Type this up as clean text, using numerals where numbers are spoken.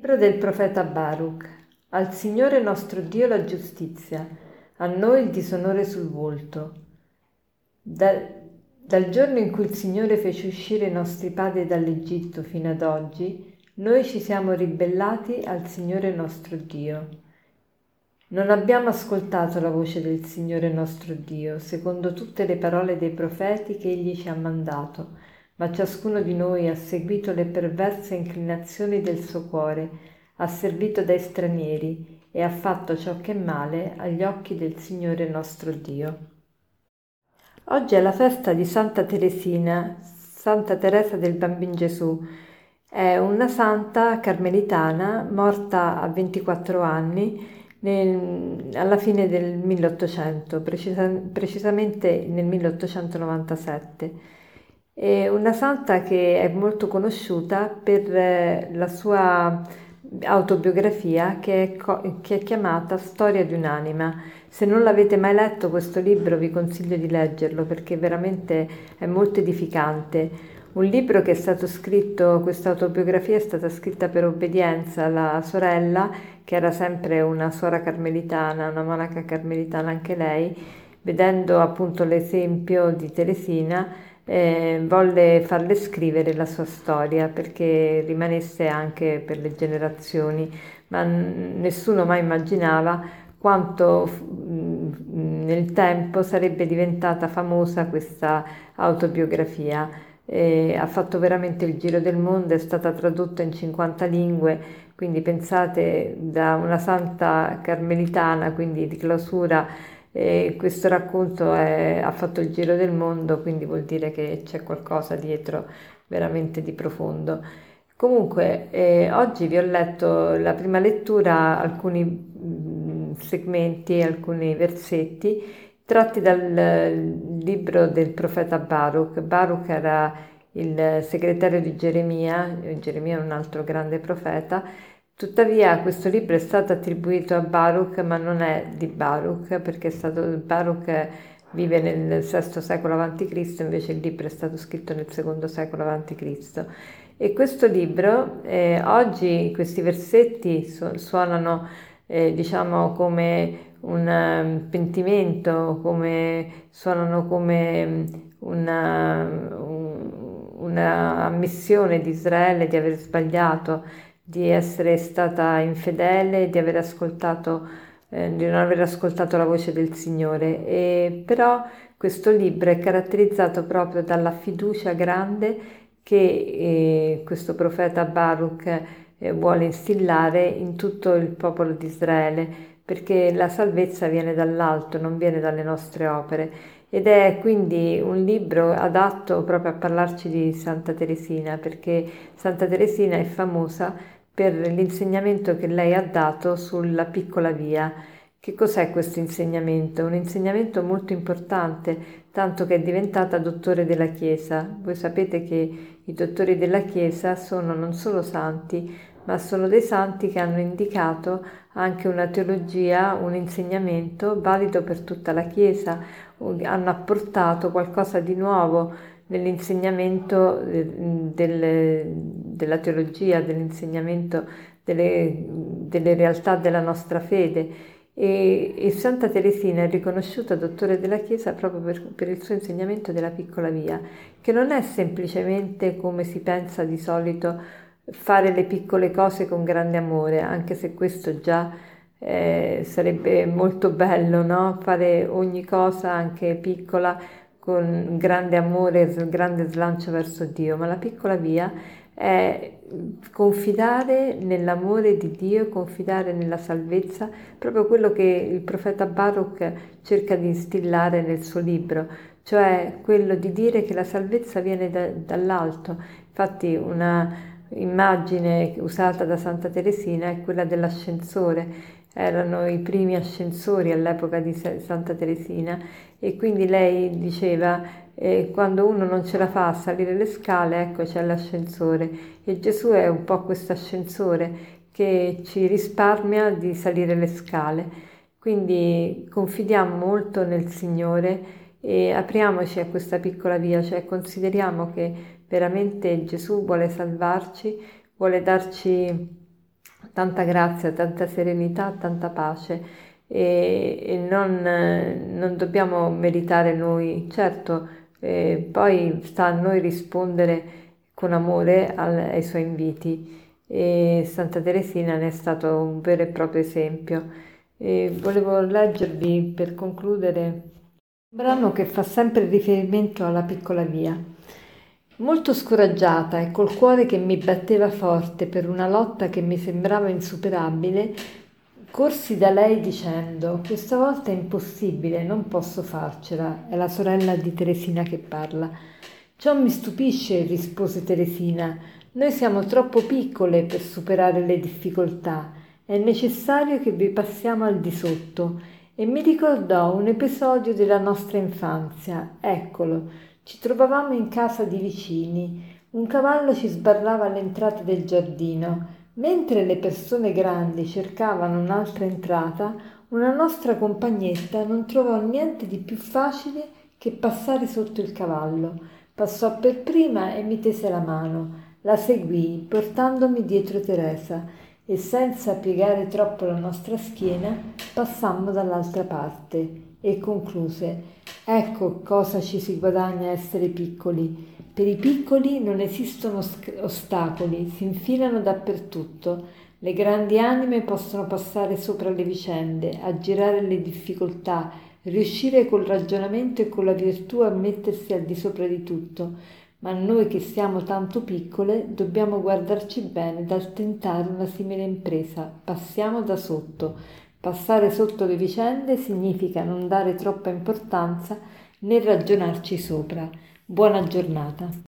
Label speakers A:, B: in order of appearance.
A: Libro del profeta Baruch. Al Signore nostro Dio la giustizia, a noi il disonore sul volto. Dal giorno in cui il Signore fece uscire i nostri padri dall'Egitto fino ad oggi, noi ci siamo ribellati al Signore nostro Dio. Non abbiamo ascoltato la voce del Signore nostro Dio, secondo tutte le parole dei profeti che Egli ci ha mandato, ma ciascuno di noi ha seguito le perverse inclinazioni del suo cuore, ha servito dai stranieri e ha fatto ciò che è male agli occhi del Signore nostro Dio. Oggi è la festa di Santa Teresina, Santa Teresa del Bambino Gesù. È una santa carmelitana morta a 24 anni alla fine del 1800, precisamente nel 1897. È una santa che è molto conosciuta per la sua autobiografia che è chiamata Storia di un'anima. Se non l'avete mai letto questo libro vi consiglio di leggerlo perché veramente è molto edificante. Un libro che è stato scritto, questa autobiografia è stata scritta per obbedienza alla sorella, che era sempre una suora carmelitana, una monaca carmelitana anche lei, vedendo appunto l'esempio di Teresina, volle farle scrivere la sua storia perché rimanesse anche per le generazioni, ma nessuno mai immaginava quanto nel tempo sarebbe diventata famosa questa autobiografia. Ha fatto veramente il giro del mondo, è stata tradotta in 50 lingue, quindi pensate da una santa carmelitana, quindi di clausura, questo racconto ha fatto il giro del mondo, quindi vuol dire che c'è qualcosa dietro veramente di profondo. Comunque, oggi vi ho letto la prima lettura, alcuni segmenti, alcuni versetti tratti dal libro del profeta Baruch. Baruch era il segretario di Geremia, Geremia è un altro grande profeta. Tuttavia questo libro è stato attribuito a Baruch, ma non è di Baruch, perché Baruch vive nel VI secolo a.C., invece il libro è stato scritto nel II secolo a.C. E questo libro, oggi questi versetti suonano diciamo come un pentimento, suonano come una ammissione di Israele di aver sbagliato, di essere stata infedele, di non aver ascoltato la voce del Signore. Però questo libro è caratterizzato proprio dalla fiducia grande che questo profeta Baruch vuole instillare in tutto il popolo di Israele, perché la salvezza viene dall'alto, non viene dalle nostre opere. Ed è quindi un libro adatto proprio a parlarci di Santa Teresina, perché Santa Teresina è famosa per l'insegnamento che lei ha dato sulla piccola via. Che cos'è questo insegnamento? Un insegnamento molto importante, tanto che è diventata dottore della Chiesa. Voi sapete che i dottori della Chiesa sono non solo santi, ma sono dei santi che hanno indicato anche una teologia, un insegnamento valido per tutta la Chiesa, hanno apportato qualcosa di nuovo nell'insegnamento della teologia, dell'insegnamento delle realtà della nostra fede. E Santa Teresina è riconosciuta dottore della Chiesa proprio per il suo insegnamento della piccola via, che non è semplicemente, come si pensa di solito, fare le piccole cose con grande amore, anche se questo già sarebbe molto bello, no? Fare ogni cosa, anche piccola, con grande amore, grande slancio verso Dio, ma la piccola via è confidare nell'amore di Dio, confidare nella salvezza, proprio quello che il profeta Baruch cerca di instillare nel suo libro, cioè quello di dire che la salvezza viene dall'alto. Infatti una immagine usata da Santa Teresina è quella dell'ascensore. Erano i primi ascensori all'epoca di Santa Teresina e quindi lei diceva quando uno non ce la fa a salire le scale, ecco c'è l'ascensore, e Gesù è un po' questo ascensore che ci risparmia di salire le scale. Quindi confidiamo molto nel Signore e apriamoci a questa piccola via, cioè consideriamo che veramente Gesù vuole salvarci, vuole darci tanta grazia, tanta serenità, tanta pace e non dobbiamo meritare noi, certo, poi sta a noi rispondere con amore ai suoi inviti e Santa Teresina ne è stato un vero e proprio esempio. E volevo leggervi per concludere un brano che fa sempre riferimento alla piccola via. Molto scoraggiata e col cuore che mi batteva forte per una lotta che mi sembrava insuperabile, corsi da lei dicendo: questa volta è impossibile, non posso farcela. È la sorella di Teresina che parla. Ciò mi stupisce, rispose Teresina. Noi siamo troppo piccole per superare le difficoltà. È necessario che vi passiamo al di sotto. E mi ricordò un episodio della nostra infanzia. Eccolo. Ci trovavamo in casa di vicini. Un cavallo ci sbarrava all'entrata del giardino. Mentre le persone grandi cercavano un'altra entrata, una nostra compagnetta non trovò niente di più facile che passare sotto il cavallo. Passò per prima e mi tese la mano. La seguii, portandomi dietro Teresa, e senza piegare troppo la nostra schiena, passammo dall'altra parte. E concluse: ecco cosa ci si guadagna a essere piccoli. Per i piccoli non esistono ostacoli, si infilano dappertutto. Le grandi anime possono passare sopra le vicende, aggirare le difficoltà, riuscire col ragionamento e con la virtù a mettersi al di sopra di tutto. Ma noi che siamo tanto piccole dobbiamo guardarci bene dal tentare una simile impresa. Passiamo da sotto. Passare sotto le vicende significa non dare troppa importanza né ragionarci sopra. Buona giornata.